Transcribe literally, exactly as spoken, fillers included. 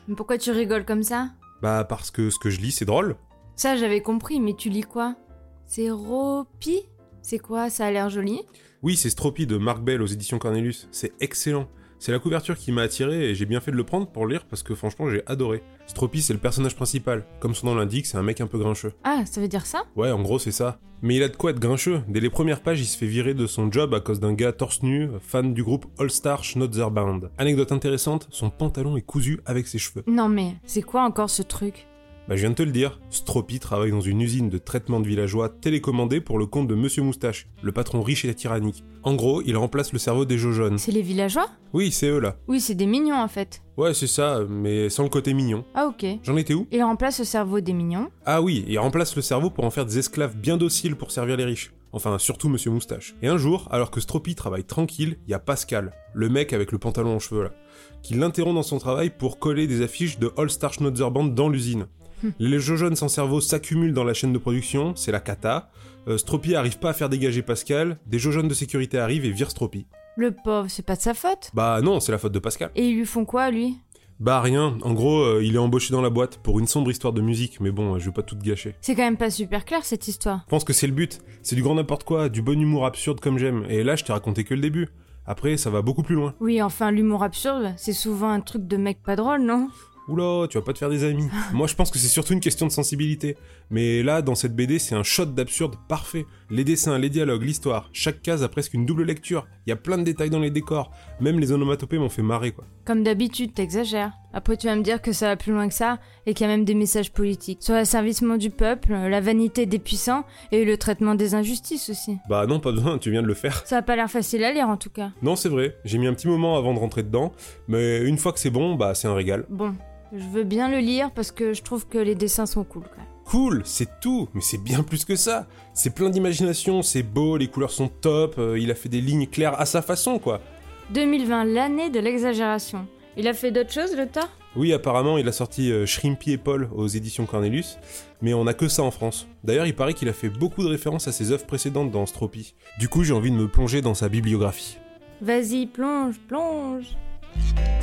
Mais pourquoi tu rigoles comme ça? Bah parce que ce que je lis c'est drôle. Ça j'avais compris, mais tu lis quoi? C'est Ropi? C'est quoi? Ça a l'air joli? Oui, c'est Stropy de Marc Bell aux éditions Cornelius, c'est excellent. C'est la couverture qui m'a attiré et j'ai bien fait de le prendre pour le lire parce que franchement j'ai adoré. Stropy c'est le personnage principal, comme son nom l'indique, c'est un mec un peu grincheux. Ah, ça veut dire ça? Ouais, en gros c'est ça. Mais il a de quoi être grincheux. Dès les premières pages, il se fait virer de son job à cause d'un gars torse nu, fan du groupe All Star Schnauzer Band. Anecdote intéressante, son pantalon est cousu avec ses cheveux. Non mais, c'est quoi encore ce truc? Bah je viens de te le dire, Stropy travaille dans une usine de traitement de villageois télécommandée pour le compte de Monsieur Moustache, le patron riche et tyrannique. En gros, il remplace le cerveau des jaunes. C'est les villageois? Oui, c'est eux là. Oui, c'est des mignons en fait. Ouais, c'est ça, mais sans le côté mignon. Ah ok. J'en étais où? Il remplace le cerveau des mignons. Ah oui, il remplace le cerveau pour en faire des esclaves bien dociles pour servir les riches. Enfin, surtout Monsieur Moustache. Et un jour, alors que Stropy travaille tranquille, il y a Pascal, le mec avec le pantalon en cheveux là, qui l'interrompt dans son travail pour coller des affiches de All Star Schnauzer Band dans l'usine. Les jaunes sans cerveau s'accumulent dans la chaîne de production, c'est la cata. Euh, Stropy arrive pas à faire dégager Pascal, des jaunes de sécurité arrivent et virent Stropy. Le pauvre, c'est pas de sa faute. Bah non, c'est la faute de Pascal. Et ils lui font quoi, lui? Bah rien, en gros, euh, il est embauché dans la boîte pour une sombre histoire de musique, mais bon, je vais pas tout gâcher. C'est quand même pas super clair, cette histoire. Je pense que c'est le but, c'est du grand n'importe quoi, du bon humour absurde comme j'aime, et là je t'ai raconté que le début. Après, ça va beaucoup plus loin. Oui, enfin, l'humour absurde, c'est souvent un truc de mec pas drôle, non? Oula, tu vas pas te faire des amis. Moi je pense que c'est surtout une question de sensibilité. Mais là, dans cette B D, c'est un shot d'absurde parfait. Les dessins, les dialogues, l'histoire, chaque case a presque une double lecture. Il y a plein de détails dans les décors. Même les onomatopées m'ont fait marrer, quoi. Comme d'habitude, t'exagères. Après, tu vas me dire que ça va plus loin que ça, et qu'il y a même des messages politiques. Sur l'asservissement du peuple, la vanité des puissants, et le traitement des injustices aussi. Bah non, pas besoin, tu viens de le faire. Ça a pas l'air facile à lire, en tout cas. Non, c'est vrai, j'ai mis un petit moment avant de rentrer dedans, mais une fois que c'est bon, bah c'est un régal. Bon, je veux bien le lire, parce que je trouve que les dessins sont cool, quand même. Cool, c'est tout, mais c'est bien plus que ça. C'est plein d'imagination, c'est beau, les couleurs sont top, euh, il a fait des lignes claires à sa façon, quoi. deux mille vingt, l'année de l'exagération. Il a fait d'autres choses, l'auteur? Oui, apparemment, il a sorti euh, Shrimpy et Paul aux éditions Cornelius, mais on a que ça en France. D'ailleurs, il paraît qu'il a fait beaucoup de références à ses œuvres précédentes dans Stropy. Du coup, j'ai envie de me plonger dans sa bibliographie. Vas-y, plonge, plonge.